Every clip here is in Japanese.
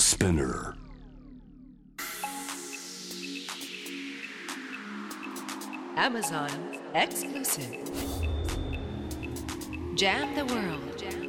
Spinner Amazon exclusive Jam the World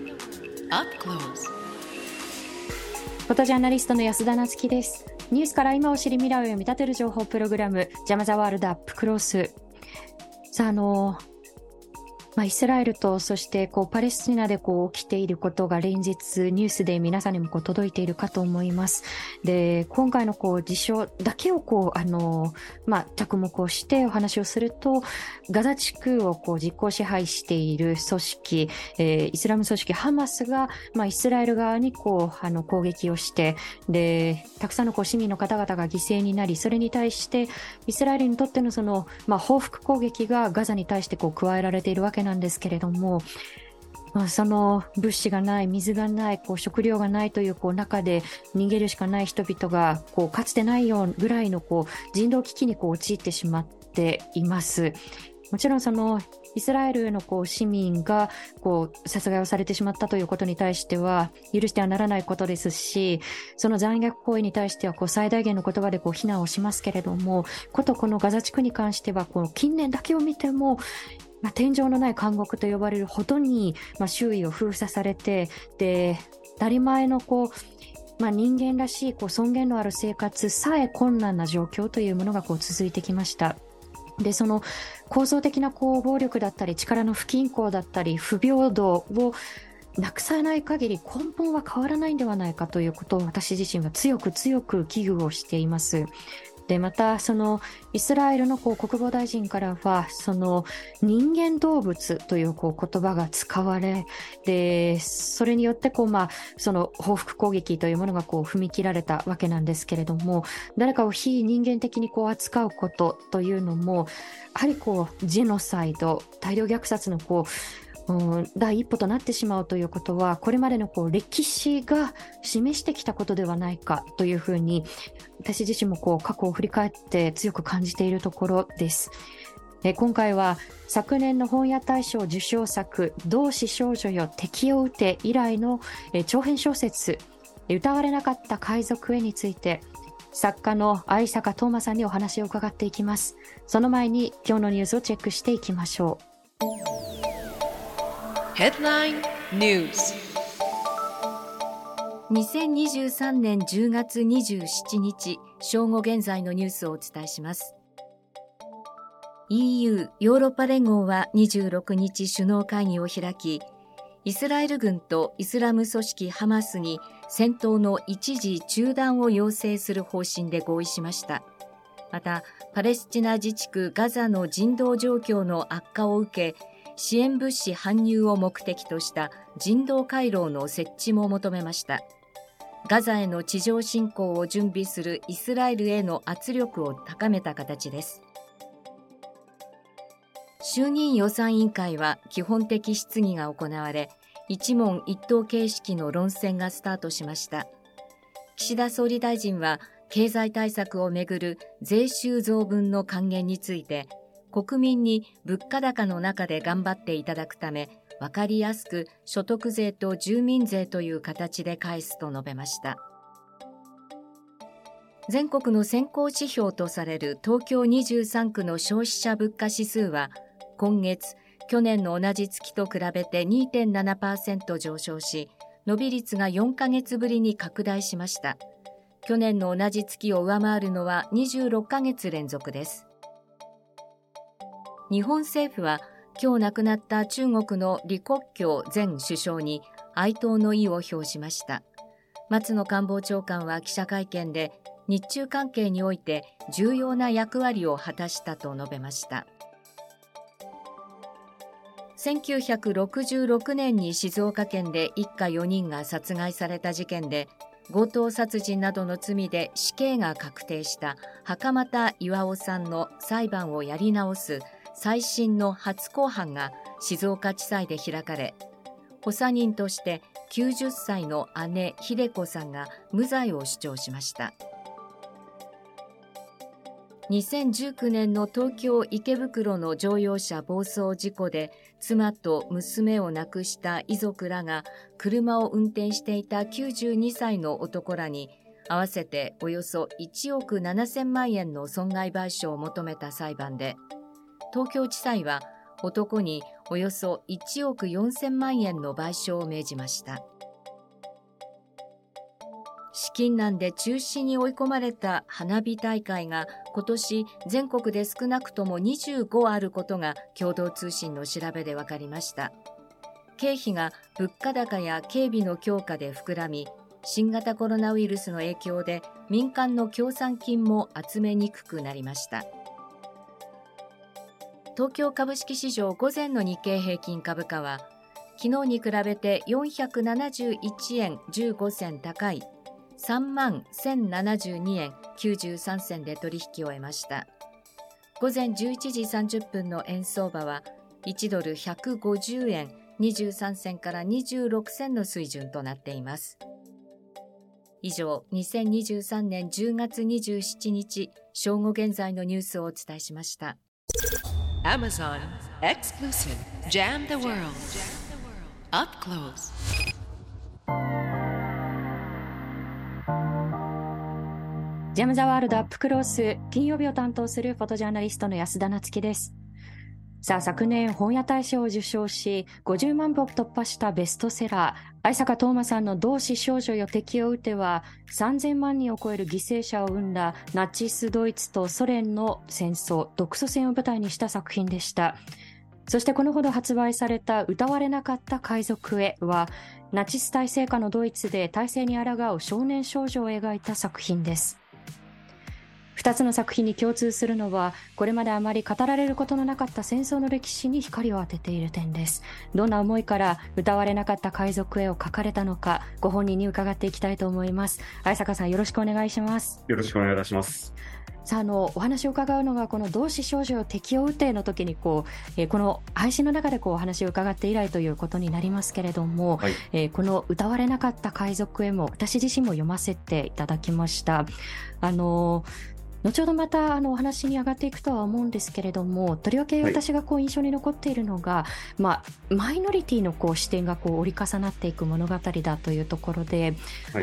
Up Close フォトジャーナリストの安田なつきです。ニュースから今を知り未来を読み立てる情報プログラムジャムザワールドアップクロース。さあイスラエルとそしてパレスチナで起きていることが連日ニュースで皆さんにも届いているかと思います。で、今回の事象だけを着目をしてお話をすると、ガザ地区を実効支配している組織、イスラム組織ハマスがイスラエル側に攻撃をして、でたくさんの市民の方々が犠牲になり、それに対してイスラエルにとっての報復攻撃がガザに対して加えられているわけなんですけれども、その物資がない、水がない、食料がないという中で逃げるしかない人々がかつてないようぐらいの人道危機に陥ってしまっています。もちろんイスラエルの市民が殺害をされてしまったということに対しては許してはならないことですし、その残虐行為に対しては最大限の言葉で非難をしますけれども、このガザ地区に関しては近年だけを見ても天井のない監獄と呼ばれるほどに周囲を封鎖されて、で当たり前の人間らしい尊厳のある生活さえ困難な状況というものが続いてきました。で、その構造的な暴力だったり力の不均衡だったり不平等をなくさない限り根本は変わらないんではないかということを私自身は強く強く危惧をしています。で、またイスラエルの国防大臣からは人間動物という言葉が使われ、でそれによって報復攻撃というものが踏み切られたわけなんですけれども、誰かを非人間的に扱うことというのもやはりジェノサイド、大量虐殺の第一歩となってしまうということは、これまでの歴史が示してきたことではないかというふうに私自身も過去を振り返って強く感じているところです。今回は昨年の本屋大賞受賞作同志少女よ敵を撃て以来の長編小説歌われなかった海賊へについて、作家の相坂冬馬さんにお話を伺っていきます。その前に今日のニュースをチェックしていきましょう。 Headline News 2023年10月27日正午現在のニュースをお伝えします。 EU ヨーロッパ連合は26日首脳会議を開き、イスラエル軍とイスラム組織ハマスに戦闘の一時中断を要請する方針で合意しました。またパレスチナ自治区ガザの人道状況の悪化を受け、支援物資搬入を目的とした人道回廊の設置も求めました。ガザへの地上侵攻を準備するイスラエルへの圧力を高めた形です。衆議院予算委員会は基本的質疑が行われ、一問一答形式の論戦がスタートしました。岸田総理大臣は経済対策をめぐる税収増分の還元について、国民に物価高の中で頑張っていただくため、分かりやすく所得税と住民税という形で返すと述べました。全国の先行指標とされる東京23区の消費者物価指数は、今月、去年の同じ月と比べて 2.7% 上昇し、伸び率が4ヶ月ぶりに拡大しました。去年の同じ月を上回るのは26ヶ月連続です。日本政府は今日亡くなった中国の李克強前首相に哀悼の意を表しました。松野官房長官は記者会見で、日中関係において重要な役割を果たしたと述べました。1966年に静岡県で一家4人が殺害された事件で、強盗殺人などの罪で死刑が確定した袴田巌さんの裁判をやり直す再審の初公判が静岡地裁で開かれ、補佐人として90歳の姉秀子さんが無罪を主張しました。2019年の東京池袋の乗用車暴走事故で妻と娘を亡くした遺族らが車を運転していた92歳の男らに合わせておよそ1億7000万円の損害賠償を求めた裁判で、東京地裁は男におよそ1億4000万円の賠償を命じました。資金難で中止に追い込まれた花火大会が今年全国で少なくとも25あることが共同通信の調べで分かりました。経費が物価高や警備の強化で膨らみ、新型コロナウイルスの影響で民間の協賛金も集めにくくなりました。東京株式市場午前の日経平均株価は昨日に比べて471円15銭高い3万1072円93銭で取引を終えました。午前11時30分の円相場は1ドル150円23銭から26銭の水準となっています。以上、2023年10月27日正午現在のニュースをお伝えしました。 Amazon Exclusive Jam the World Up Close。 ジャム・ザ・ワールド・アップ・クロース、金曜日を担当するフォトジャーナリストの安田なつきです。さあ、昨年本屋大賞を受賞し50万部を突破したベストセラー、相坂冬馬さんの同志少女よ敵を撃ては3000万人を超える犠牲者を生んだナチスドイツとソ連の戦争、独ソ戦を舞台にした作品でした。そしてこのほど発売された歌われなかった海賊へは、ナチス体制下のドイツで体制に抗う少年少女を描いた作品です。2つの作品に共通するのは、これまであまり語られることのなかった戦争の歴史に光を当てている点です。どんな思いから歌われなかった海賊絵を描かれたのか、ご本人に伺っていきたいと思います。相坂さん、よろしくお願いします。 よろしくお願いいたします。 さあ、お話を伺うのがこの同志少女よ敵を撃ての時にこの配信の中でお話を伺って以来ということになりますけれども、はい、この歌われなかった海賊絵も私自身も読ませていただきました。後ほどまたお話に上がっていくとは思うんですけれども、とりわけ私が印象に残っているのが、マイノリティの視点が折り重なっていく物語だというところで、はい、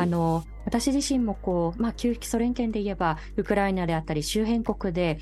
私自身も旧ソ連圏で言えばウクライナであったり周辺国で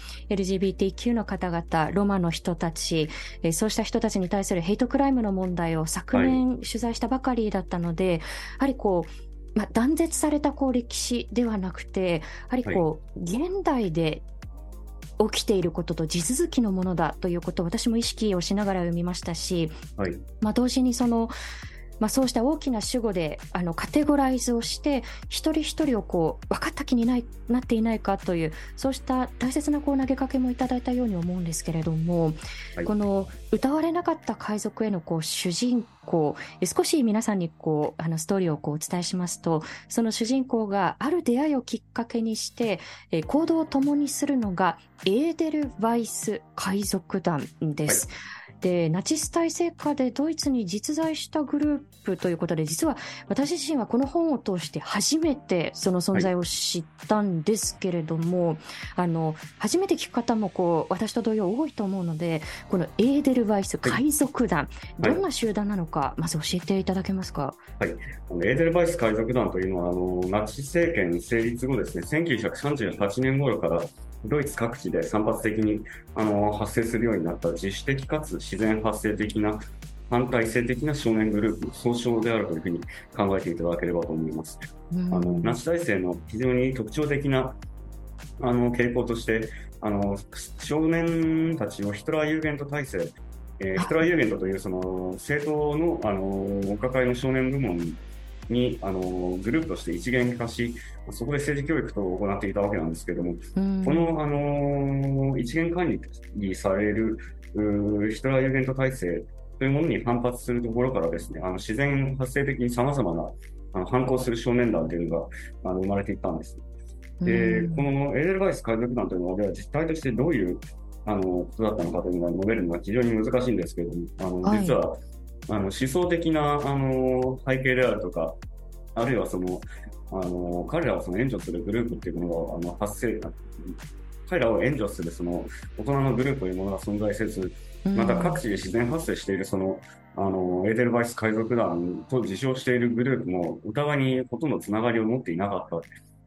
LGBTQ の方々、ロマの人たち、そうした人たちに対するヘイトクライムの問題を昨年取材したばかりだったので、やはり断絶された歴史ではなくて、やはり現代で起きていることと地続きのものだということを私も意識をしながら読みましたし、はい、同時にそうした大きな主語でカテゴライズをして一人一人を分かった気になっていないかという、そうした大切な投げかけもいただいたように思うんですけれども、はい、この歌われなかった海賊への主人公、少し皆さんにストーリーをお伝えしますと、その主人公がある出会いをきっかけにして行動を共にするのがエーデルワイス海賊団です。はい、でナチス体制下でドイツに実在したグループということで、実は私自身はこの本を通して初めてその存在を知ったんですけれども、はい、初めて聞く方も私と同様多いと思うので、このエーデルワイス海賊団、はい、どんな集団なのか、まず教えていただけますか。はい、 エーデルワイス海賊団というのはナチス政権成立後ですね、1938年頃からドイツ各地で散発的に発生するようになった自主的かつ自然発生的な反体制的な少年グループの総称であるというふうに考えていただければと思います。ナチ体制の非常に特徴的な傾向として少年たちをヒトラーユーゲント体制、ヒトラーユーゲントというその政党のお抱えの少年部門にグループとして一元化し、そこで政治教育等を行っていたわけなんですけれども、この一元管理されるヒトラーユーゲント体制というものに反発するところからですね、自然発生的に様々な反抗する少年団というのが生まれていったんです。で、このエーデルワイス海賊団というのは実態としてどういうことだったのかというのが述べるのが非常に難しいんですけれども、実は思想的な背景であるとか、あるいは彼らを援助するグループっていうものが彼らを援助する大人のグループというものが存在せず、また各地で自然発生しているエーデルワイス海賊団と自称しているグループもお互いにほとんどつながりを持っていなかった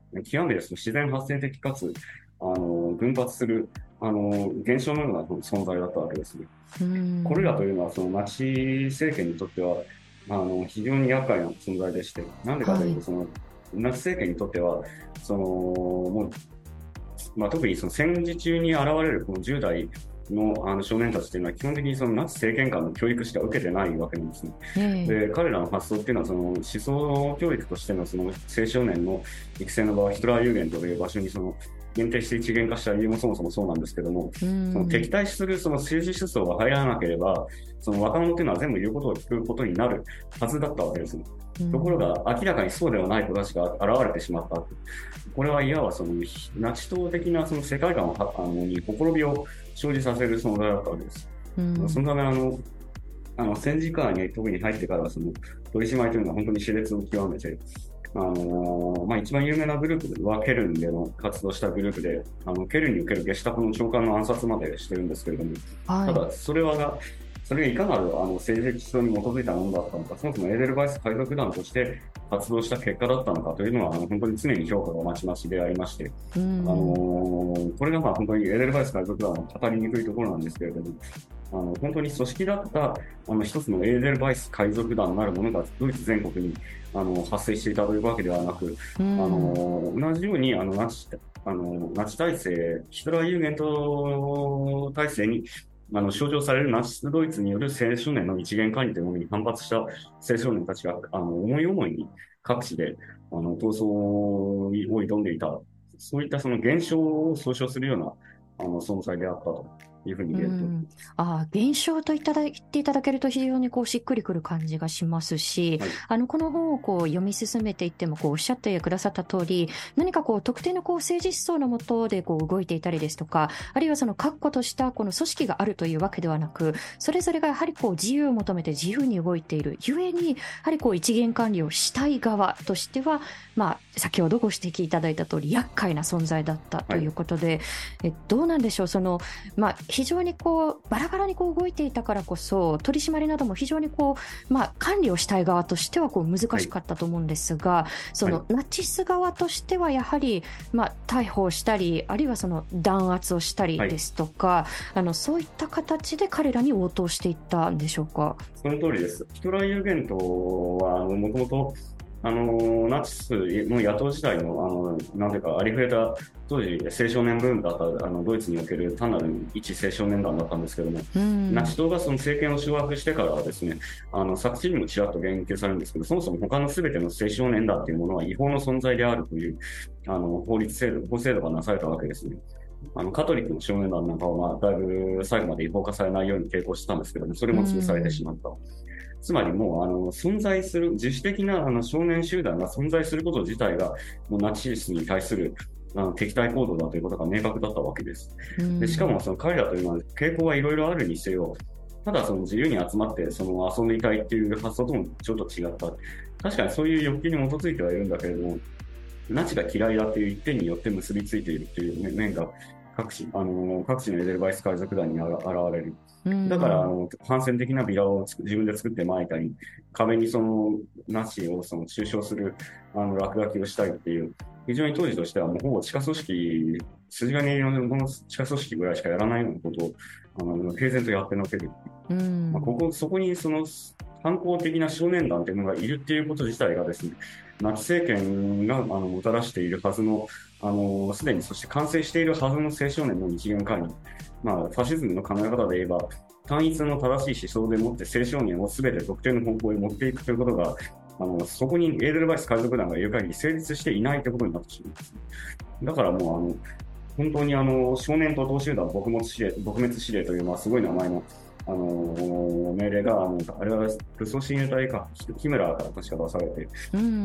極めてその自然発生的かつ、群発する、現象のような存在だったわけですね。これらというのは、そのナチ政権にとっては、非常に厄介な存在でして、なんでかというと、その、ナチ政権にとっては、もう、特にその戦時中に現れるこの10代の、少年たちというのは基本的にそのナチ政権下の教育しか受けてないわけなんですね。で、彼らの発想っていうのはその思想教育としてのその青少年の育成の場はヒトラーユーゲントという場所にその限定して一元化した理由もそもそもそうなんですけども、その敵対するその政治思想が入らなければ、その若者っていうのは全部言うことを聞くことになるはずだったわけですね。ところが明らかにそうではない子たちが現れてしまった。これはいわばそのナチ党的なその世界観にほころびを生じさせる存在だったわけです。そのため戦時下に特に入ってからその取り締まりというのは本当に熾烈を極めて、一番有名なグループはケルンでの活動したグループで、ケルンにおけるゲシュタポの長官の暗殺までしてるんですけれども、ただそれがいかなる政治的思想に基づいたものだったのか、そもそもエーデルバイス海賊団として活動した結果だったのかというのは、本当に常に評価がまちまちでありまして、これが本当にエーデルバイス海賊団の語りにくいところなんですけれども、本当に組織だった一つのエーデルバイス海賊団なるものがドイツ全国に発生していたというわけではなく、同じようにナチ体制、ヒトラーユーゲント体制に象徴されるナチスドイツによる青少年の一元管理というものに反発した青少年たちが思い思いに各地で闘争を挑んでいた、そういったその現象を総称するような存在であったというふうに言えると。 現象と言っていただけると非常にしっくりくる感じがしますし、はい、この本を読み進めていってもおっしゃってくださった通り、何か特定の政治思想の下で動いていたりですとか、あるいはその確固としたこの組織があるというわけではなく、それぞれがやはり自由を求めて自由に動いているゆえに、やはり一元管理をしたい側としては、先ほどご指摘いただいた通り厄介な存在だったということで、はい、どうなんでしょう、非常にバラバラに動いていたからこそ、取り締まりなども非常に管理をしたい側としては難しかったと思うんですが、はい、そのナチス側としてはやはり逮捕をしたり、あるいはその弾圧をしたりですとか、はい、そういった形で彼らに応答していったんでしょうか。 その通りです。ヒトラーユーゲントはもともとナチスの野党時代の、なんていうか、ありふれた当時青少年ブームだったドイツにおける単なる一青少年団だったんですけども、ナチ党がその政権を掌握してからはですね、昨地にもちらっと言及されるんですけど、そもそも他の全ての青少年団というものは違法の存在であるという法制度がなされたわけですね。カトリックの少年団なんかは、だいぶ最後まで違法化されないように傾向してたんですけども、それも潰されてしまった。つまりもう存在する自主的な少年集団が存在すること自体がもうナチスに対する敵対行動だということが明確だったわけです。でしかもその彼らというのは傾向はいろいろあるにせよ、ただその自由に集まって遊んでいたいっていう発想ともちょっと違った。確かにそういう欲求に基づいてはいるんだけれども、ナチが嫌いだっていう一点によって結びついているという面が各地のエデルバイス海賊団に現れる。だから反戦的なビラを自分で作って撒いたり、壁にナチを中傷する落書きをしたりっていう、非常に当時としてはもうほぼ地下組織、筋金入りの地下組織ぐらいしかやらないようなことを平然とやってのける。そこに反抗的な少年団というのがいるっていうこと自体がですね、ナチ政権がもたらしているはずのすでにそして完成しているはずの青少年の一元管理、ファシズムの考え方で言えば単一の正しい思想でもって青少年をすべて特定の方向へ持っていくということがそこにエーデルバイス海賊団がいる限り成立していないということになってしまうんです。だからもう本当に少年徒党集団撲滅指令というすごい名前の命令があれは武装親衛隊かヒムラーから確か出されて、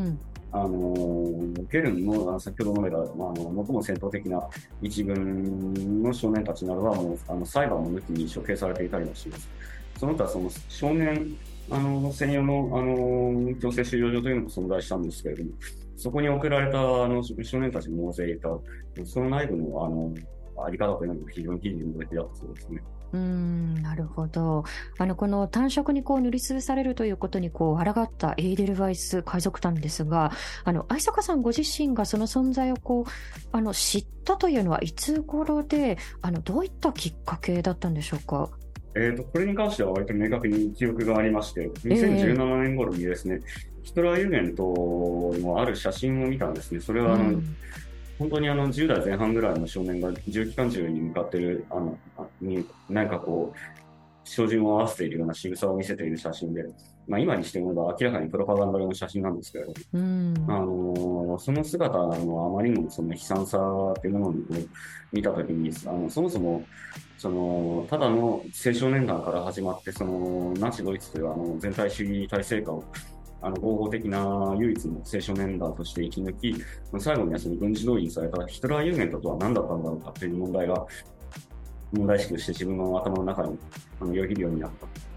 ケルンの先ほど述べた最も戦闘的な一軍の少年たちなどはもう裁判も抜きに処刑されていたりもします。その他少年専用の強制収容所というのも存在したんですけれども、そこに送られた少年たちも大勢いた。その内部のあり方というのも非常に記事に出てやったそうですね。 なるほど。この単色に塗りつぶされるということに抗ったエーデルワイス海賊団ですが、相坂さんご自身がその存在を知ったというのはいつ頃で、どういったきっかけだったんでしょうか？ これに関しては割と明確に記憶がありまして、2017年頃にですね、ヒトラーユーゲントのある写真を見たんですね。それは本当に10代前半ぐらいの少年が重機関銃に向かっている、何か照準を合わせているような仕草を見せている写真で、今にしてみれば明らかにプロパガンダ用の写真なんですけれど、その姿のあまりのその悲惨さというものを見たときに、そもそも、ただの青少年団から始まって、ナチドイツという全体主義体制下を合法的な唯一の青少年団として生き抜き、最後にはその軍事動員されたヒトラーユーゲントとは何だったんだろうかという問題意識として自分の頭の中によぎるようになった。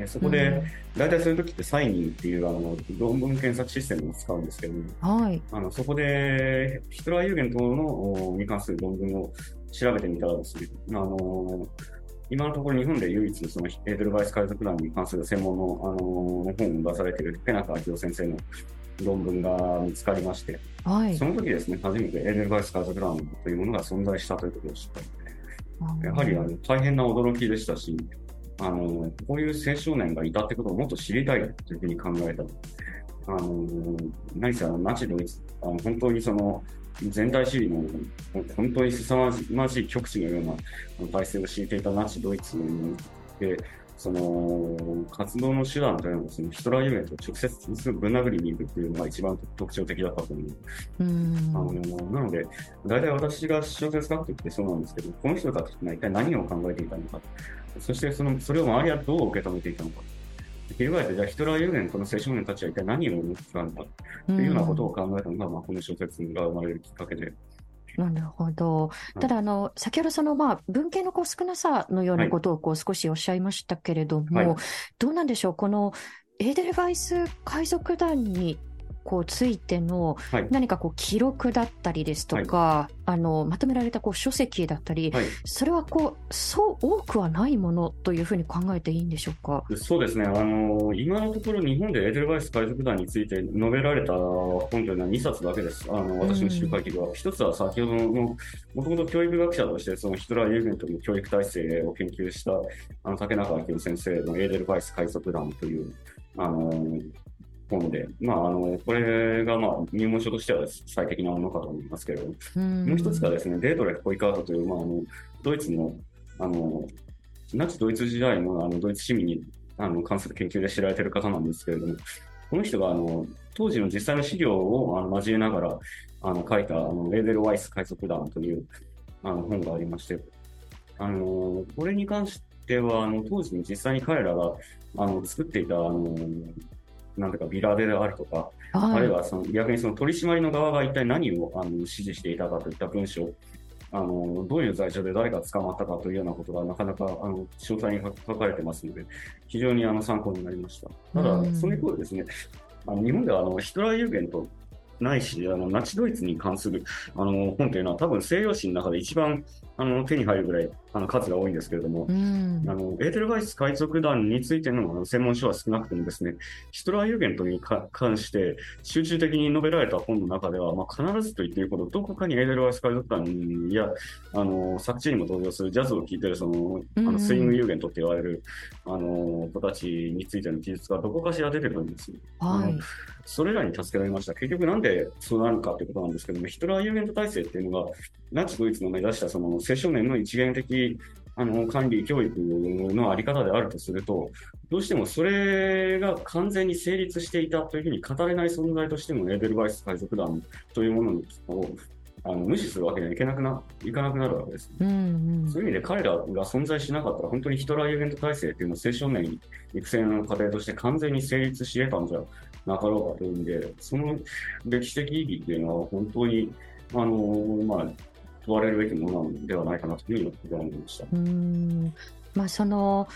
そこで、大体そういう時ってサイニーっていう論文検索システムを使うんですけども、 はい、 そこでヒトラーユーゲントに関する論文を調べてみたらですね、今のところ日本で唯一そのエーデルワイス海賊団に関する専門の本を出されているペナカ明夫先生の論文が見つかりまして、 はい、 その時ですね、初めてエーデルワイス海賊団というものが存在したということを知った。やはり大変な驚きでしたし、こういう青少年がいたってことをもっと知りたいというふうに考えた。何せナチドイツ、本当に全体主義の本当に凄まじい極地のような体制を敷いていたナチドイツで、活動の手段というのはヒトラーユーゲントを直接ぶん殴りに行くというのが一番特徴的だったと思う。なので、大体私が小説書くときってそうなんですけど、この人たちが一体何を考えていたのか、そしてそれを周りはどう受け止めていたのか。翻って、じゃあヒトラーユーゲントの青少年たちは一体何を思ってたのかというようなことを考えたのが、この小説が生まれるきっかけで。 なるほど。ただ、先ほど文献の少なさのようなことを少しおっしゃいましたけれども、どうなんでしょう、このエーデルワイス海賊団についての何か記録だったりですとか、まとめられた書籍だったり、それはそう多くはないものというふうに考えていいんでしょうか？ そうですね。今のところ日本でエーデルワイス海賊団について述べられた本というのは2冊だけです。私の集会記では。一つは先ほどの、もともと教育学者としてヒトラーユーゲントの教育体制を研究した竹中明夫先生のエーデルワイス海賊団という本で、これが入門書としては最適なものかと思いますけれども、もう一つがですね、デートレフ・ポイカートという、ドイツのナチドイツ時代のドイツ市民に関する研究で知られている方なんですけれども、この人が当時の実際の資料を交えながら書いたエーデルワイス海賊団という本がありまして、これに関しては当時に実際に彼らが作っていたなんとかビラであるとか、あるいは逆に取り締まりの側が一体何を指示していたかといった文章、どういう罪状で誰が捕まったかというようなことがなかなか詳細に書かれてますので、非常に参考になりました。ただ、その一方でですね、日本ではヒトラーユーゲントないし、ナチドイツに関する本というのは多分西洋史の中で一番手に入るぐらい数が多いんですけれども、エーデルワイス海賊団についての専門書は少なくてもですね、ヒトラーユーゲントに関して集中的に述べられた本の中では、必ずと言っていいほどどこかにエーデルワイス海賊団や作中にも登場するジャズを聴いているスイングユーゲントって言われる子たちについての記述がどこかしら出てくるんですよ。それらに助けられました。結局なんでそうなるかということなんですけども、ヒトラーユーゲント体制っていうのがナチドイツの目指した青少年の一元的管理教育のあり方であるとすると、どうしてもそれが完全に成立していたというふうに語れない存在としてのエーデルワイス海賊団というものを無視するわけにはいかなくなるわけです。そういう意味で彼らが存在しなかったら、本当にヒトラーユーゲント体制というのは青少年育成の過程として完全に成立し得たんじゃなかろうかという意味で、その歴史的意義というのは本当に問われるべきものなのではないかなというふうに思いました。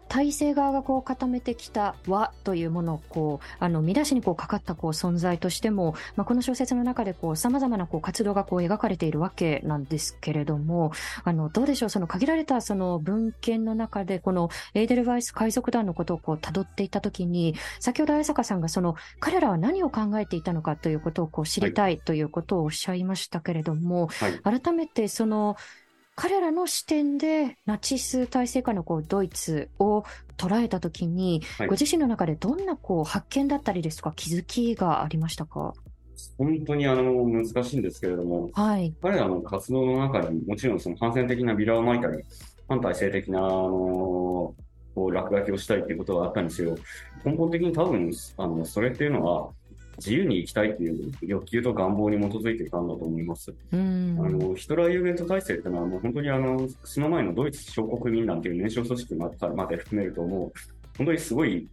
体制側がこう固めてきた和というものをこう乱しにこうかかったこう存在としても、この小説の中でさまざまなこう活動がこう描かれているわけなんですけれども、どうでしょう、その限られたその文献の中でこのエーデルワイス海賊団のことをこう辿っていったときに、先ほど綾坂さんが彼らは何を考えていたのかということをこう知りたいということをおっしゃいましたけれども、改めて彼らの視点でナチス体制下のこうドイツを捉えたときに、ご自身の中でどんなこう発見だったりですとか気づきがありましたか？ 本当に難しいんですけれども、彼らの活動の中にもちろんその反戦的なビラを撒いたり、反体制的なこう落書きをしたりということがあったんですよ。根本的に多分それっていうのは自由に生きたいという欲求と願望に基づいていたんだと思います。ヒトラーユーゲント体制というのはもう本当にその前のドイツ小国民団という年少組織まで含めるともう本当にすごい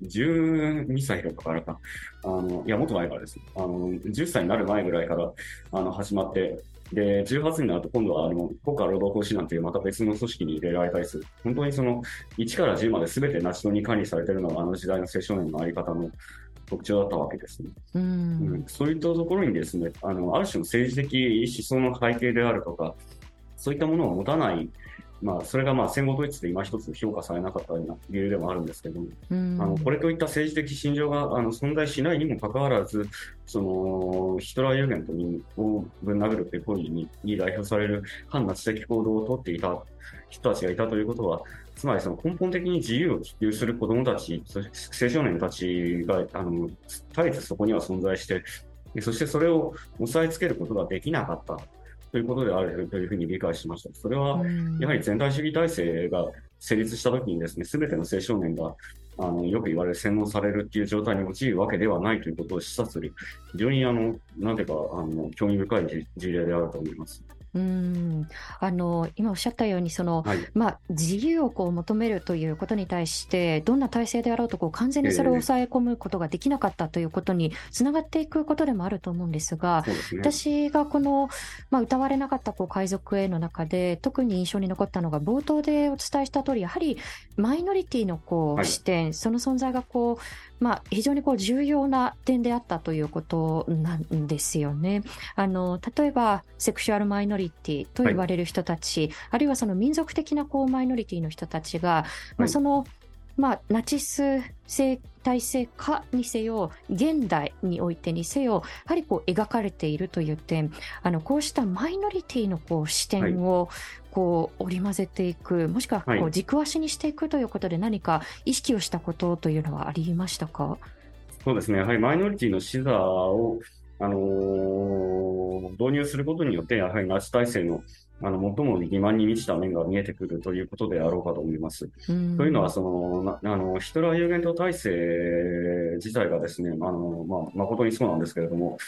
12歳とかからか、いやもっと前からですね、10歳になる前ぐらいから始まって、で、18歳になると今度は国家労働法士団というまた別の組織に入れられたりする。本当に1から10まで全てナチ党に管理されているのが時代の青少年のあり方の特徴だったわけですね。そういったところにですね、ある種の政治的思想の背景であるとか、そういったものを持たない、それが戦後ドイツで今一つ評価されなかったような理由でもあるんですけども、これといった政治的信条が存在しないにもかかわらず、ヒトラーユーゲントをぶん殴るという行為に代表される反ナチ的行動をとっていた人たちがいたということは、つまり根本的に自由を希求する子どもたち、青少年たちが絶えずそこには存在して、そしてそれを抑えつけることができなかったということであるというふうに理解しました。それはやはり全体主義体制が成立したときにですね、すべての青少年がよく言われる洗脳されるっていう状態に陥るわけではないということを示唆する、非常になんていうか興味深い事例であると思います。 今おっしゃったように自由をこう求めるということに対してどんな体制であろうと完全にそれを抑え込むことができなかったということにつながっていくことでもあると思うんですが、私が歌われなかった海賊への中で特に印象に残ったのが、冒頭でお伝えした通り、やはりマイノリティの視点、その存在が非常に重要な点であったということなんですよね。例えばセクシュアルマイノリティと言われる人たち、あるいはその民族的なマイノリティの人たちが、ナチス体制下にせよ現代においてにせよ、やはり描かれているという点、こうしたマイノリティの視点を織り交ぜていく、もしくは軸足にしていくということで何か意識をしたことというのはありましたか？ そうですね、やはりマイノリティの視座を導入することによって、やはりナチ体制の最も欺瞞に満ちた面が見えてくるということであろうかと思います。というのはヒトラーユーゲント体制自体がですね、誠にそうなんですけれども、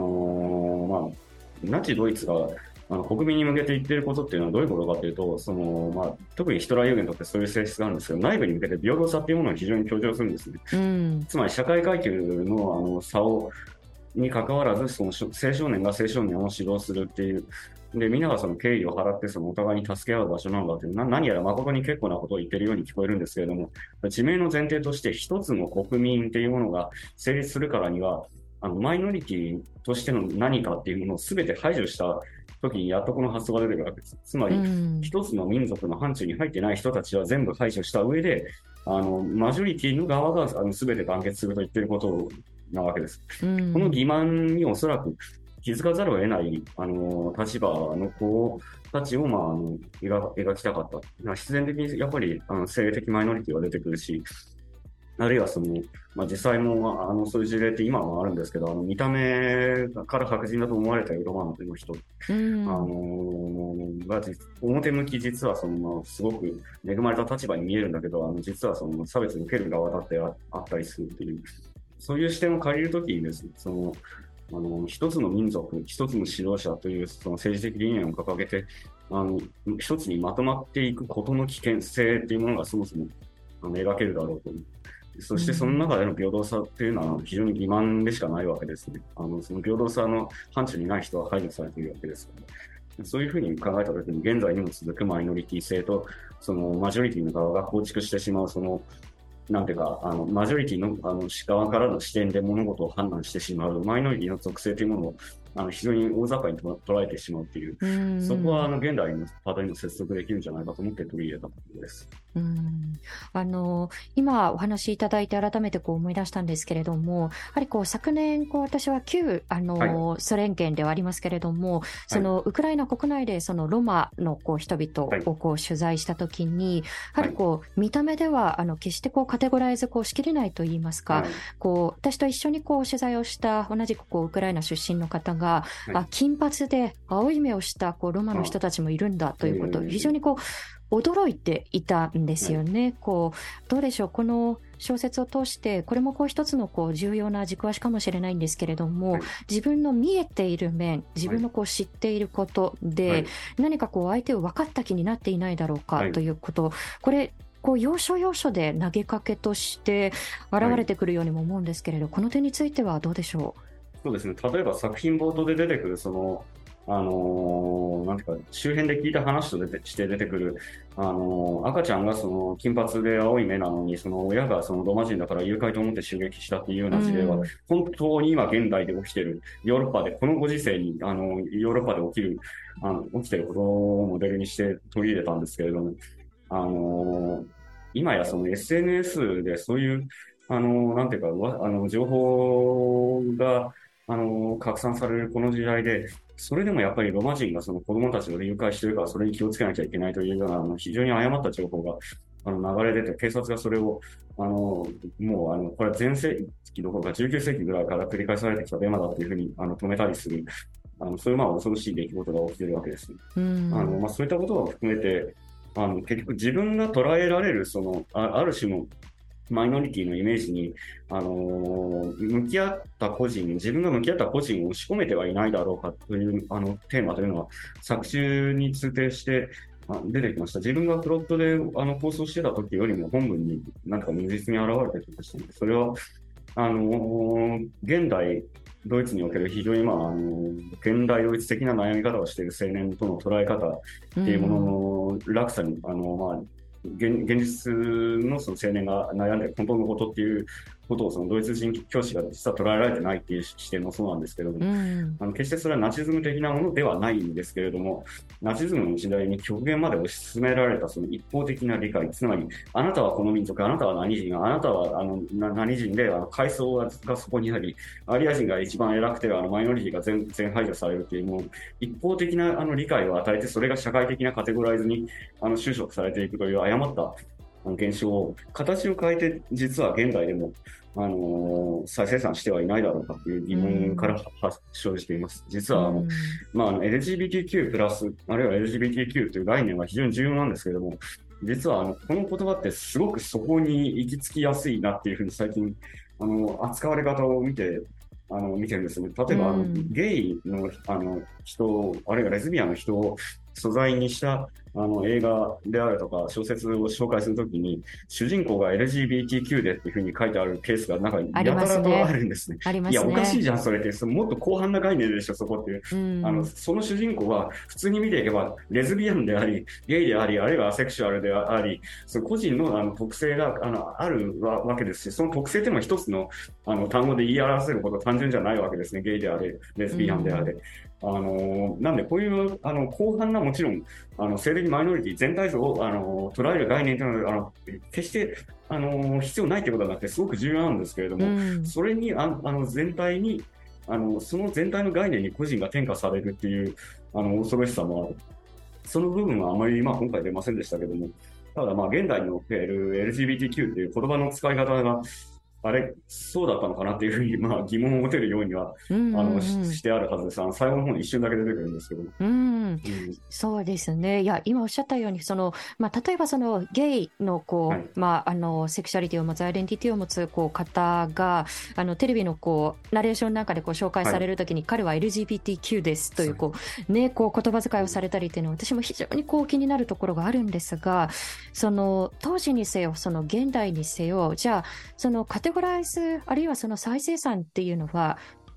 ナチドイツが国民に向けて言っていることっていうのはどういうことかというと、特にヒトラーユーゲントってそういう性質があるんですけど、内部に向けて平等さっていうものを非常に強調するんですね。つまり社会階級の差に関わらず、青少年が青少年を指導するっていう。で、みんなが敬意を払ってお互いに助け合う場所なんだという、何やら誠に結構なことを言っているように聞こえるんですけれども、地名の前提として一つの国民っていうものが成立するからには、マイノリティとしての何かっていうものを全て排除した時にやっとこの発想が出てくるわけです。つまり、一つの民族の範疇に入ってない人たちは全部排除した上で、マジョリティの側が全て団結すると言っていることなわけです。この欺瞞におそらく気づかざるを得ない立場の子たちを描きたかった。必然的にやっぱり性的マイノリティが出てくるし、あるいは実際もそういう事例って今もあるんですけど、見た目から白人だと思われたユーロマンの人、が表向き実はすごく恵まれた立場に見えるんだけど、実は差別を受ける側だってあったりするっていう、そういう視点を借りるときにですね、一つの民族、一つの指導者という政治的理念を掲げて、一つにまとまっていくことの危険性っていうものがそもそも描けるだろうと思う。そしてその中での平等さっていうのは非常に欺瞞でしかないわけですね。その平等さの範疇にない人は排除されているわけですから、 そういうふうに考えたときに、現在にも続くマイノリティ性と、そのマジョリティの側が構築してしまう、その、なんていうか、マジョリティの、側からの視点で物事を判断してしまう、マイノリティの属性というものを、非常に大雑把に捉えてしまうっていう、そこは、現代のパターンにも接続できるんじゃないかと思って取り入れたことです。 今お話しいただいて改めて思い出したんですけれども、やはり昨年私は旧ソ連圏ではありますけれども、そのウクライナ国内でそのロマの人々を取材したときに、やはり見た目では決してカテゴライズしきれないといいますか、私と一緒に取材をした同じくウクライナ出身の方が、金髪で青い目をしたロマの人たちもいるんだということを非常に驚いていたんですよね。どうでしょう、この小説を通してこれも一つの重要な軸足かもしれないんですけれども、自分の見えている面、自分の知っていることで、何か相手を分かった気になっていないだろうかということ、これ要所要所で投げかけとして現れてくるようにも思うんですけれど、この点についてはどうでしょう。 そうですね、例えば作品冒頭で出てくるそのなんていうか、周辺で聞いた話として出てくる、赤ちゃんがその金髪で青い目なのに、その親がそのロマ人だから誘拐と思って襲撃したっていうような事例は、本当に今現代で起きてる、ヨーロッパで、このご時世に、ヨーロッパで起きてることをモデルにして取り入れたんですけれども、今やその SNS でそういう、なんていうか、情報が、拡散されるこの時代で、それでもやっぱりロマ人がその子供たちを誘拐しているから、それに気をつけなきゃいけないというような、非常に誤った情報が、流れ出て、警察がそれを、もう、これは前世紀どころか19世紀ぐらいから繰り返されてきたデマだというふうに、止めたりする、そういう恐ろしい出来事が起きているわけです。そういったことを含めて、結局自分が捉えられる、ある種のマイノリティのイメージに、向き合った個人、自分が向き合った個人を押し込めてはいないだろうかという、テーマというのは、作中に通底して出てきました。自分がプロットで、構想してた時よりも本文になんか如実に現れてきましたので、それは、現代、ドイツにおける非常に、現代ドイツ的な悩み方をしている青年との捉え方っていうものの落差に、現実のその青年が悩んでいる本当のことっていうことをそのドイツ人教師が実は捉えられてないっていう視点もそうなんですけれども、決してそれはナチズム的なものではないんですけれども、ナチズムの時代に極限まで推し進められたその一方的な理解、つまりあなたはこの民族、あなたは何人、あなたは何人で階層がそこにあり、アリア人が一番偉くてマイノリティが全排除されるというもう一方的な理解を与えて、それが社会的なカテゴライズに収束されていくという誤った現象を形を変えて、実は現代でも再生産してはいないだろうかという疑問から生じています。実はLGBTQ プラス、あるいは LGBTQ という概念は非常に重要なんですけれども、実はこの言葉ってすごくそこに行き着きやすいなっていうふうに最近扱われ方を見てるんですね。例えばゲイの人、あるいはレズビアンの人を素材にした映画であるとか小説を紹介するときに、主人公が LGBTQ でっていうふうに書いてあるケースがなんかやたらとあるんですね。いや、おかしいじゃんそれって、もっと広範な概念でしょそこっていう、その主人公は普通に見ていけばレズビアンであり、ゲイであり、あるいはアセクシュアルであり、その個人の特性があるわけですし、その特性というのは一つの単語で言い表せること単純じゃないわけですね。ゲイであれ、レズビアンであれ。なんでこういう広範な、もちろん性的マイノリティ全体像を捉える概念というのは決して必要ないということはなくてすごく重要なんですけれども、それに全体にその全体の概念に個人が転化されるっていう恐ろしさもある。その部分はあまり今回出ませんでしたけども、ただ現代における LGBTQ っていう言葉の使い方があれ、そうだったのかなっていうふうに、疑問を持てるようには、してあるはずです。最後の方に一瞬だけ出てくるんですけど。 そうですね。いや、今おっしゃったように、例えばゲイのセクシャリティを持つ、アイデンティティを持つ方が、テレビのナレーションなんかで紹介されるときに、彼は LGBTQ ですという、言葉遣いをされたりっていうのは、私も非常に気になるところがあるんですが、当時にせよ、現代にせよ、じゃあ、カテゴライズ、あるいは再生産っていうのは、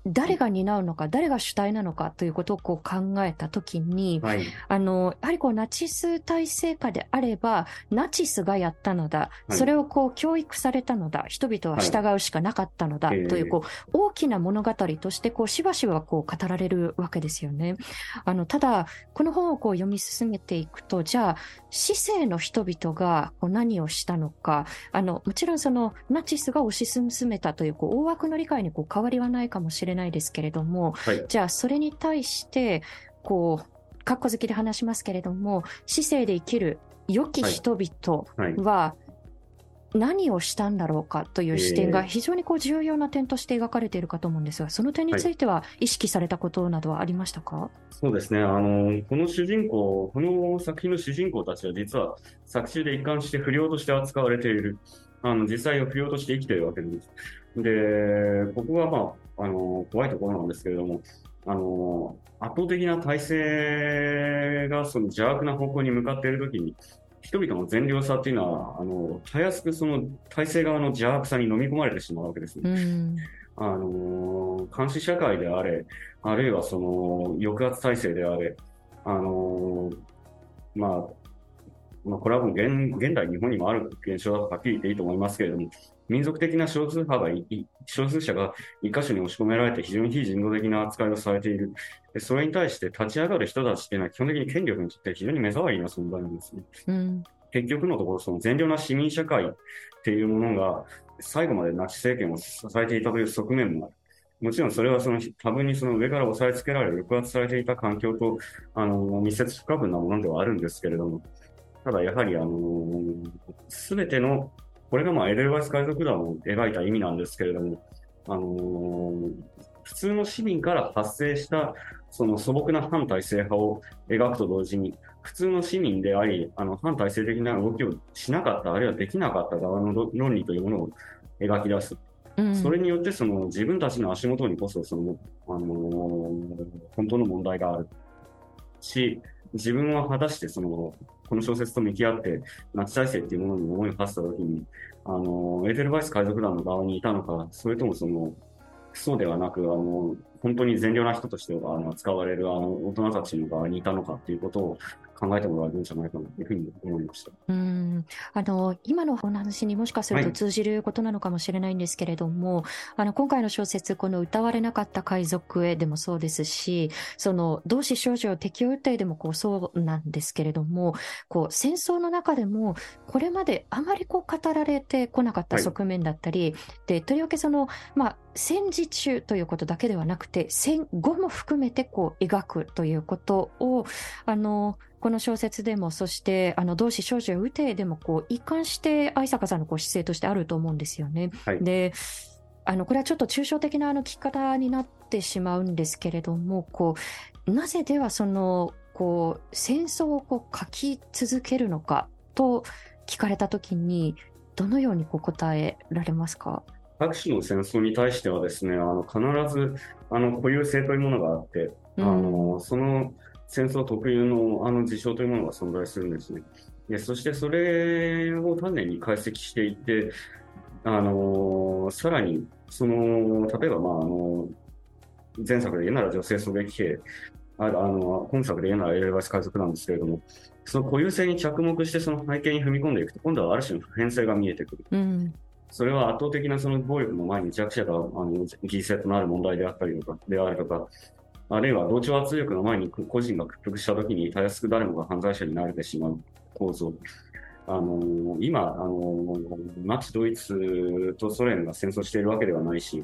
誰が担うのか、誰が主体なのかということをこう考えたときに、 はい。 やはりこうナチス体制下であれば、ナチスがやったのだ、 はいそれをこう教育されたのだ、人々は従うしかなかったのだ、 はいというこう大きな物語としてこうしばしばこう語られるわけですよね。ただ、この本をこう読み進めていくと、じゃあ、市政の人々がこう何をしたのか、もちろんそのナチスが推し進めたというこう大枠の理解にこう変わりはないかもしれないですけれども、 はい。 じゃあそれに対してこうカッコ好きで話しますけれども、市政で生きる良き人々 はい。 は何をしたんだろうかという視点が非常にこう重要な点として描かれているかと思うんですが、その点については意識されたことなどはありましたか？ そうですね。この作品の主人公たちは実は作中で一貫して不良として扱われている。実際は不良として生きているわけです。で、ここが怖いところなんですけれども、圧倒的な体制がその邪悪な方向に向かっているときに、人々の善良さっていうのは、たやすくその体制側の邪悪さに飲み込まれてしまうわけですね。監視社会であれ、あるいはその抑圧体制であれ、あのまこれはもう現代日本にもある現象だとはっきり言っていいと思いますけれども、民族的な少数者が一箇所に押し込められて非常に非人道的な扱いをされている。それに対して立ち上がる人たちっていうのは基本的に権力にとって非常に目障りな存在なんですね。結局のところ、その善良な市民社会っていうものが最後までナチ政権を支えていたという側面もある。もちろんそれはその多分にその上から押さえつけられ、抑圧されていた環境と密接不可分なものではあるんですけれども、ただやはりすべての、これがエデルワイス海賊団を描いた意味なんですけれども、普通の市民から発生したその素朴な反体制派を描くと同時に、普通の市民であり、反体制的な動きをしなかった、あるいはできなかった側の論理というものを描き出す。それによってその自分たちの足元にこそその、本当の問題があるし、自分は果たしてこの小説と向き合ってナチ体制っていうものに思いを馳せたときに、エーデルバイス海賊団の側にいたのか、それともそうではなく、本当に善良な人として扱われる大人たちの側にいたのかっていうことを考えてもらえるんじゃないかなというふうに思いました。 今のお話にもしかすると通じることなのかもしれないんですけれども、今回の小説、この歌われなかった海賊へでもそうですし、その同志少女適応予定でもそうなんですけれども、戦争の中でもこれまであまり語られてこなかった側面だったり、でとりわけ戦時中ということだけではなくて戦後も含めて描くということをこの小説でも、そして同志少女雨亭でも一貫して相坂さんの姿勢としてあると思うんですよね。でこれはちょっと抽象的な聞き方になってしまうんですけれども、なぜでは戦争を書き続けるのかと聞かれたときにどのように答えられますか？ 各種の戦争に対してはですね、必ず固有性というものがあって、その戦争特有の事象というものが存在するんですね。でそしてそれを丹念に解析していって、さらに例えば前作で言うなら女性狙撃兵、本作で言うならエレバイス海賊なんですけれども、その固有性に着目してその背景に踏み込んでいくと、今度はある種の普遍性が見えてくる。それは圧倒的な暴力の前に弱者が犠牲となる問題であったりであるとか、あるいは同調圧力の前に個人が屈服したときにたやすく誰もが犯罪者になれてしまう構造。今ナチドイツとソ連が戦争しているわけではないし、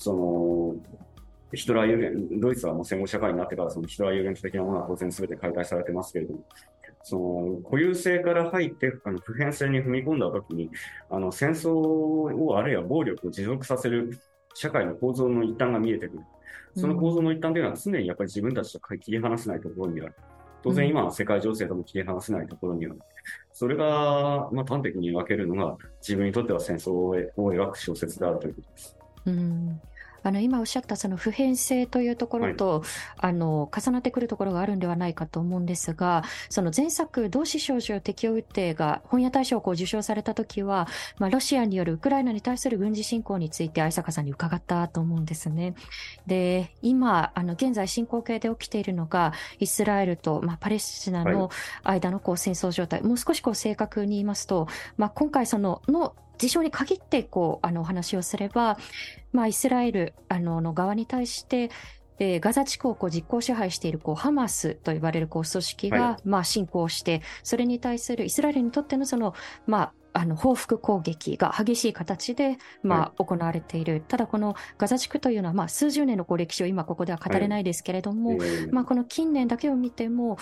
ヒトラー有限、ドイツはもう戦後社会になってからヒトラー有限的なものは当然全て解体されてますけれども、固有性から入って普遍性に踏み込んだときに、戦争をあるいは暴力を持続させる社会の構造の一端が見えてくる。その構造の一端というのは常にやっぱり自分たちと切り離せないところにある。当然今の世界情勢とも切り離せないところにある。それが、端的に分けるのが自分にとっては戦争を描く小説であるということです。 今おっしゃったその普遍性というところと、重なってくるところがあるんではないかと思うんですが、その前作、同志少女適応訴えが本屋大賞を受賞されたときは、ロシアによるウクライナに対する軍事侵攻について相坂さんに伺ったと思うんですね。で、今、現在進行形で起きているのが、イスラエルと、パレスチナの間の戦争状態、もう少し正確に言いますと、今回の事象に限ってお話をすれば、イスラエルの側に対して、ガザ地区を実効支配しているハマスと呼ばれる組織が侵攻して、それに対するイスラエルにとっての報復攻撃が激しい形で行われている。ただこのガザ地区というのは数十年の歴史を今ここでは語れないですけれども、この近年だけを見ても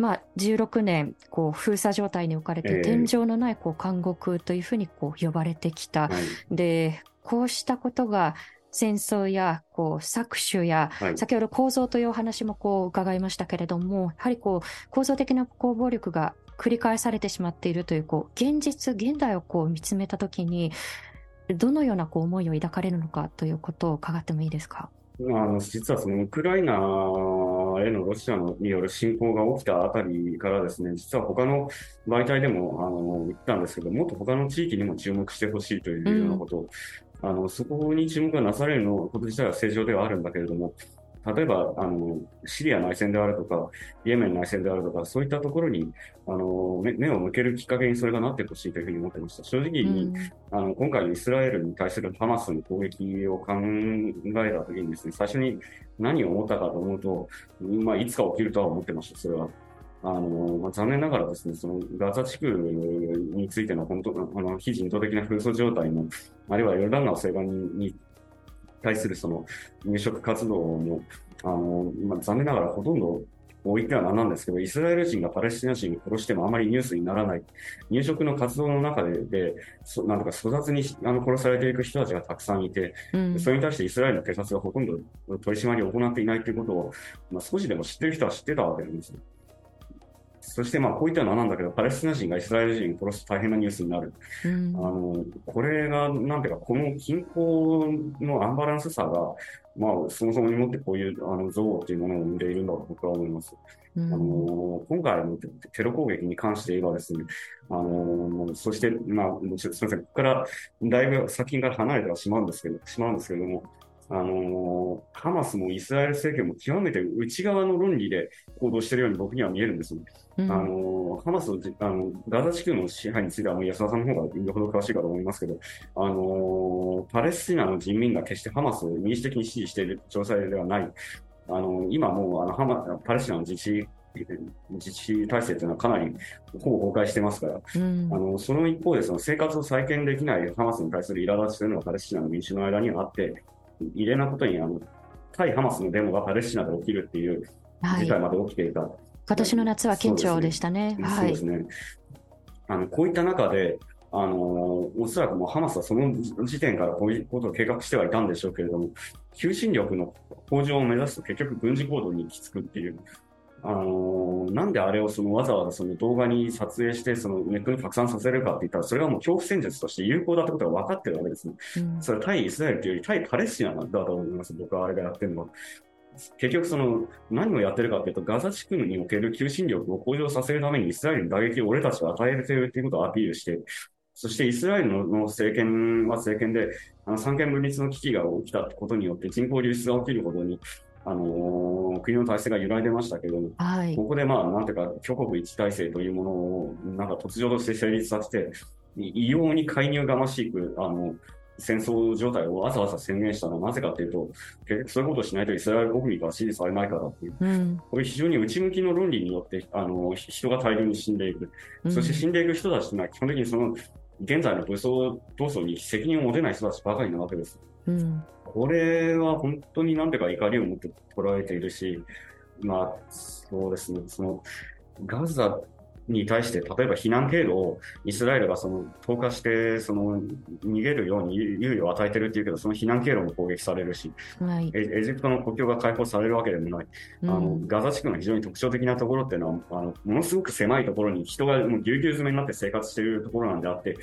16年封鎖状態に置かれて天井のない監獄というふうに呼ばれてきた。で、こうしたことが戦争や搾取や、先ほど構造というお話も伺いましたけれども、やはり構造的な暴力が繰り返されてしまっているという現実、現代を見つめたときに、どのような思いを抱かれるのかということを伺ってもいいですか。 実はそのウクライナへのロシアによる侵攻が起きたあたりからですね、実は他の媒体でも言ったんですけど、もっと他の地域にも注目してほしいというようなことを、そこに注目がなされること自体は正常ではあるんだけれども、例えばシリア内戦であるとか、イエメン内戦であるとか、そういったところに目を向けるきっかけにそれがなってほしいというふうに思ってました。正直に今回のイスラエルに対するハマスの攻撃を考えたときにですね、最初に何を思ったかと思うと、いつか起きるとは思ってました。それは残念ながらですね、そのガザ地区についての非人道的な紛争状態の、あるいはヨルダン川西岸に対するその入植活動も、残念ながらほとんど多いっては何なんですけど、イスラエル人がパレスチナ人を殺してもあまりニュースにならない。入植の活動の中でなんとか粗雑に殺されていく人たちがたくさんいて、それに対してイスラエルの警察がほとんど取り締まりを行っていないということを、少しでも知っている人は知ってたわけなんですね。そしてこういったのはなんだけど、パレスチナ人がイスラエル人を殺すと大変なニュースになる。これが、なんていうか、この均衡のアンバランスさが、そもそもにもってこういう憎悪というものを生んでいるんだと僕は思います。今回のテロ攻撃に関して言えばですね、そして、すみません、ここからだいぶ作品から離れてはしまうんですけれども、ハマスもイスラエル政権も極めて内側の論理で行動しているように僕には見えるんですね。ハマスガザ地区の支配については安田さんの方がよほど詳しいかと思いますけど、パレスチナの人民が決してハマスを民主的に支持している状態ではない。今もうパレスチナの自治体制というのはかなりほぼ崩壊してますから、その一方でその生活を再建できないハマスに対する苛立ちというのはパレスチナの民衆の間にはあって、異例なことに対ハマスのデモがパレスチナで起きるっていう事態まで起きていた。 今年の夏は顕著でしたね。 そうですね。こういった中でおそらくもうハマスはその時点からこういうことを計画してはいたんでしょうけれども、求心力の向上を目指すと結局軍事行動に行き着くっていう。なんであれをわざわざその動画に撮影してネットに拡散させるかって言ったら、それはもう恐怖戦術として有効だってことが分かってるわけですね。それは対イスラエルというより対パレスチナだと思います。僕はあれがやってるのは。結局何をやってるかというと、ガザ地区における求心力を向上させるためにイスラエルに打撃を俺たちは与えているということをアピールして、そしてイスラエルの政権は政権で三権分立の危機が起きたことによって人口流出が起きることに国の体制が揺らいでましたけども、ここでなんていうか、挙国一体制というものを突如として成立させて、異様に介入がましく、戦争状態をわざわざ宣言したのはなぜかというと、結局そういうことをしないとイスラエル国民から支持されないからっていう、こういう非常に内向きの論理によって、人が大量に死んでいく。そして死んでいく人たちというのは基本的に現在の武装闘争に責任を持てない人たちばかりなわけです。これは本当になんていうか怒りを持って捉えているし、そうですね、ガザに対して、例えば避難経路をイスラエルが投下して、逃げるように猶予を与えてるっていうけど、その避難経路も攻撃されるし、エジプトの国境が開放されるわけでもない。ガザ地区の非常に特徴的なところっていうのは、ものすごく狭いところに人がもうぎゅうぎゅう詰めになって生活しているところなんであって、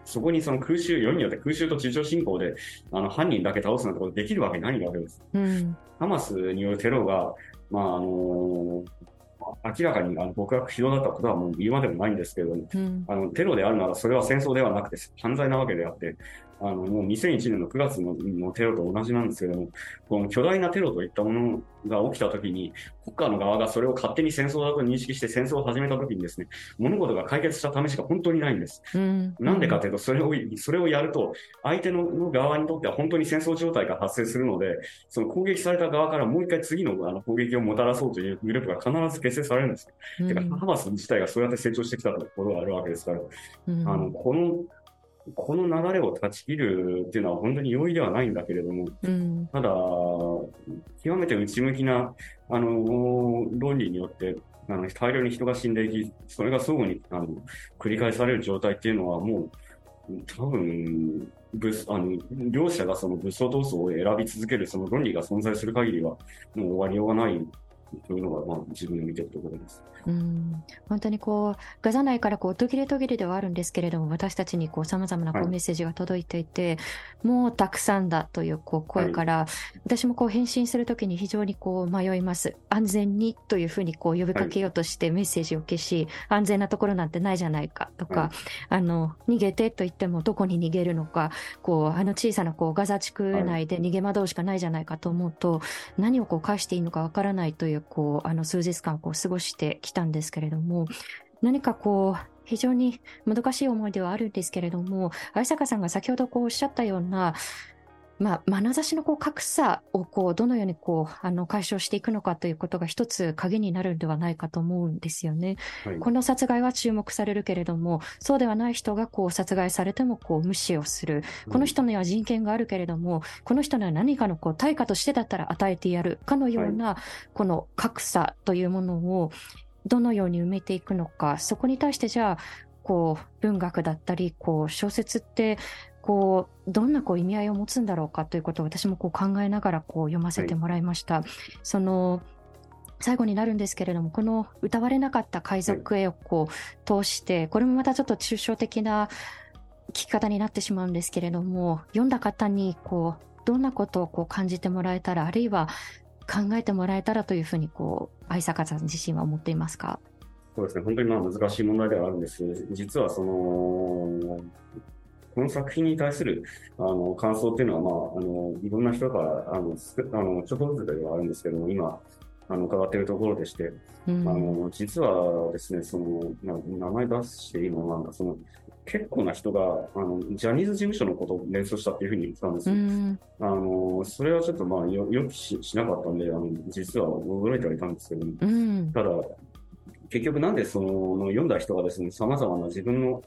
そこにその空襲、世によって空襲と地上侵攻で、犯人だけ倒すなんてことできるわけないわけです。ハマスによるテロが、まあ、明らかに極悪非道だったことはもう言うまでもないんですけれども、テロであるならそれは戦争ではなくて犯罪なわけであって、もう2001年の9月のテロと同じなんですけれども、この巨大なテロといったものが起きたときに、国家の側がそれを勝手に戦争だと認識して戦争を始めたときにですね、物事が解決したためしか本当にないんです。なんでかというと、それをやると、相手の側にとっては本当に戦争状態が発生するので、その攻撃された側からもう一回次の攻撃をもたらそうというグループが必ず結成されるんです。てか、ハマス自体がそうやって成長してきたところがあるわけですから、この流れを断ち切るっていうのは本当に容易ではないんだけれども、ただ、極めて内向きな、論理によって、大量に人が死んでいき、それが相互に、繰り返される状態っていうのはもう、多分、両者がその武装闘争を選び続けるその論理が存在する限りは、もう終わりようがないというのが、自分の見てるところです。 本当にガザ内から途切れ途切れではあるんですけれども、私たちに様々なメッセージが届いていて、もうたくさんだという声から、私も返信するときに非常に迷います。安全にというふうに呼びかけようとしてメッセージを消し、安全なところなんてないじゃないかとか、逃げてと言ってもどこに逃げるのか、小さなガザ地区内で逃げ惑うしかないじゃないかと思うと、何を返していいのかわからないという数日間過ごしてきたんですけれども、何か非常に難しい思いではあるんですけれども、相坂さんが先ほどおっしゃったような、眼差しの格差をどのように解消していくのかということが一つ鍵になるんではないかと思うんですよね。この殺害は注目されるけれども、そうではない人が殺害されても無視をする。この人には人権があるけれども、この人には何かの対価としてだったら与えてやるかのような、この格差というものをどのように埋めていくのか、そこに対してじゃあ文学だったり小説ってどんな意味合いを持つんだろうかということを私も考えながら読ませてもらいました。その最後になるんですけれども、この歌われなかった海賊絵を通して、これもまたちょっと抽象的な聞き方になってしまうんですけれども、読んだ方にどんなことを感じてもらえたら、あるいは考えてもらえたらというふうに相坂さん自身は思っていますか？ そうですね、本当に難しい問題ではあるんです。実はこの作品に対する感想っていうのは、いろんな人からちょっとずつではあるんですけども、今伺っているところでして、実はですね、名前出していいのは結構な人がジャニーズ事務所のことを連想したっていうふうに言ってたんですよ。それはちょっと予期しなかったんで、実は驚いてはいたんですけども、ただ結局なんで読んだ人がですね、様々な自分の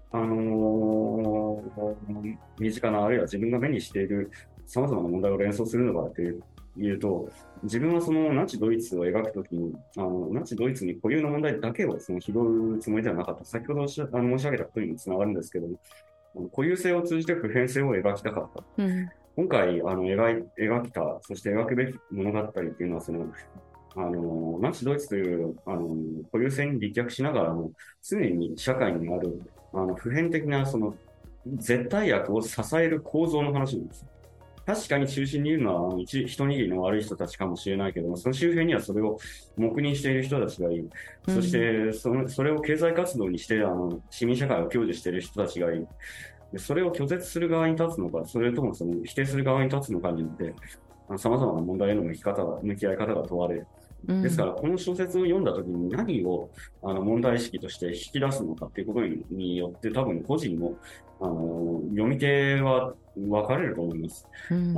身近な、あるいは自分が目にしている様々な問題を連想するのかというと、自分はナチドイツを描くときに、ナチドイツに固有の問題だけを拾うつもりではなかった。先ほど申し上げたことにもつながるんですけども、固有性を通じて普遍性を描きたかった。今回描きた、そして描くべき物語っていうのは、ナチドイツという固有性に立脚しながらも、常に社会にある普遍的な絶対悪を支える構造の話なんです。確かに中心にいるのは一握りの悪い人たちかもしれないけども、その周辺にはそれを黙認している人たちがいる。そしてそれを経済活動にして市民社会を享受している人たちがいる。でそれを拒絶する側に立つのか、それとも否定する側に立つのかによって、様々な問題への向き合い方が問われる。ですから、この小説を読んだときに何を問題意識として引き出すのかっていうことによって、多分個人も読み手は分かれると思います。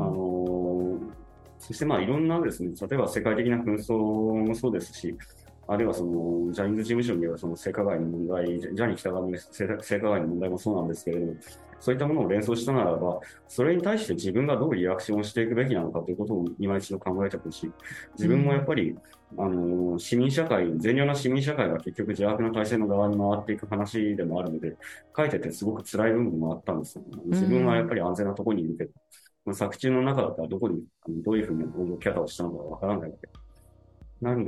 そしていろんなですね、例えば世界的な紛争もそうですし、あるいはジャニーズ事務所による性加害の問題、ジャニー喜多川の性加害の問題もそうなんですけれども、そういったものを連想したならば、それに対して自分がどうリアクションをしていくべきなのかということを今一度考えてほしい。自分もやっぱり、市民社会、善良な市民社会が結局邪悪な体制の側に回っていく話でもあるので、書いててすごく辛い部分もあったんですよ。自分はやっぱり安全なところにいるけど、作中の中だったらどこに、どういうふうに動き方をしたのかわからないわけ。なので、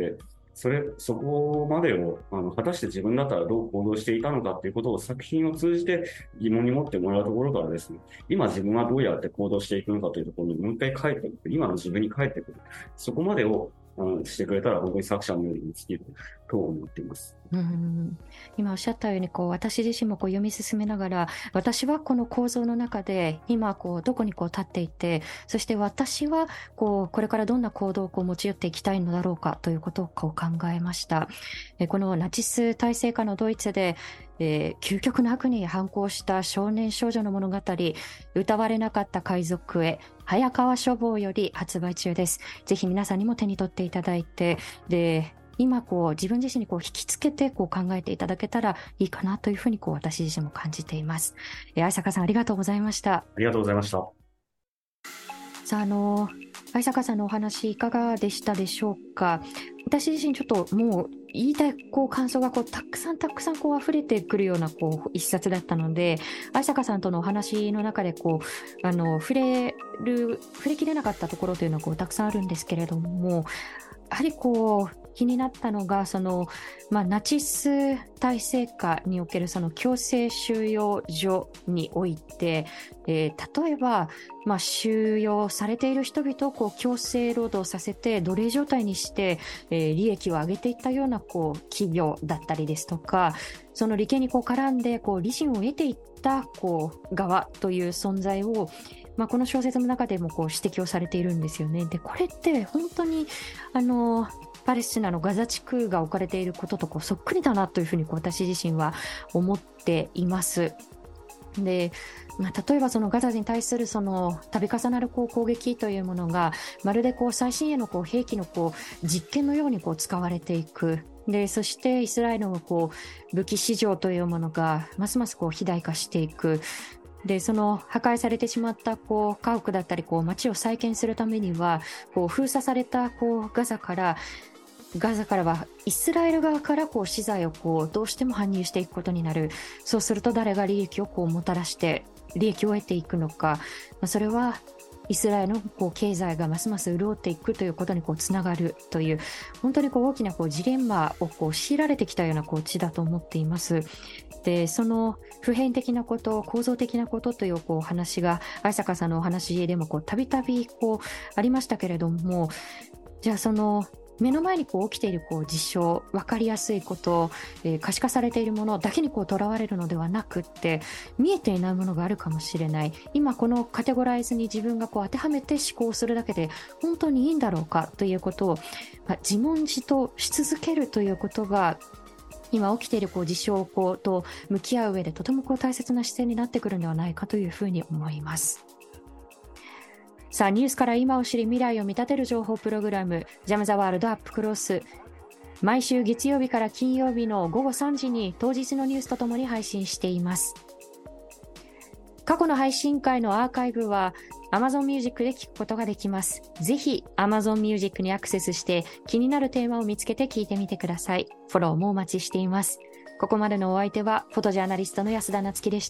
そこまでを果たして自分だったらどう行動していたのかっていうことを作品を通じて疑問に持ってもらうところからですね、今自分はどうやって行動していくのかというところにもう一回帰ってくる、今の自分に帰ってくる、そこまでをしてくれたら本当に作者のように尽きると思っています。 今おっしゃったように私自身も読み進めながら、私はこの構造の中で今どこに立っていて、そして私はこれからどんな行動を持ち寄っていきたいのだろうかということを考えました。このナチス体制下のドイツで究極の悪に反抗した少年少女の物語、歌われなかった海賊へ、早川書房より発売中です。ぜひ皆さんにも手に取っていただいて、で今自分自身に引きつけて考えていただけたらいいかなというふうに私自身も感じています。相坂さん、ありがとうございました。 ありがとうございました。 さあ、相坂さんのお話いかがでしたでしょうか。私自身ちょっともう言いたい感想がたくさん溢れてくるような一冊だったので、相坂さんとのお話の中で触れきれなかったところというのはたくさんあるんですけれども、やはり気になったのがナチス体制下における強制収容所において、例えば、収容されている人々を強制労働させて奴隷状態にして、利益を上げていったような企業だったりですとか、その利権に絡んで利潤を得ていった側という存在をこの小説の中でも指摘をされているんですよね。で、これって本当にパレスチナのガザ地区が置かれていることとそっくりだなというふうに私自身は思っています。で、例えばガザに対する度重なる攻撃というものがまるで最新鋭の兵器の実験のように使われていく。で、そしてイスラエルの武器市場というものがますます肥大化していく。で、破壊されてしまった家屋だったり街を再建するためには封鎖されたガザからはイスラエル側から資材をどうしても搬入していくことになる。そうすると誰が利益をもたらして利益を得ていくのか、それはイスラエルの経済がますます潤っていくということにつながるという、本当に大きなジレンマを強いられてきたような地だと思っています。で、その普遍的なこと、構造的なことというお話が相坂さんのお話でもたびたびありましたけれども、じゃあ目の前に起きている事象、分かりやすいこと、可視化されているものだけにとらわれるのではなくって、見えていないものがあるかもしれない。今このカテゴライズに自分が当てはめて思考するだけで本当にいいんだろうかということを、自問自答し続けるということが今起きている事象と向き合う上でとても大切な姿勢になってくるのではないかというふうに思います。さあ、ニュースから今を知り未来を見立てる情報プログラム、ジャム・ザ・ワールド・アップ・クロス。毎週月曜日から金曜日の午後3時に当日のニュースとともに配信しています。過去の配信会のアーカイブは Amazon Music で聞くことができます。ぜひ Amazon Music にアクセスして気になるテーマを見つけて聞いてみてください。フォローもお待ちしています。ここまでのお相手はフォトジャーナリストの安田なつきでした。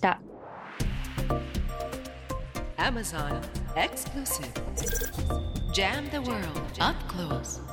Amazon Exclusive Jam the World Up Close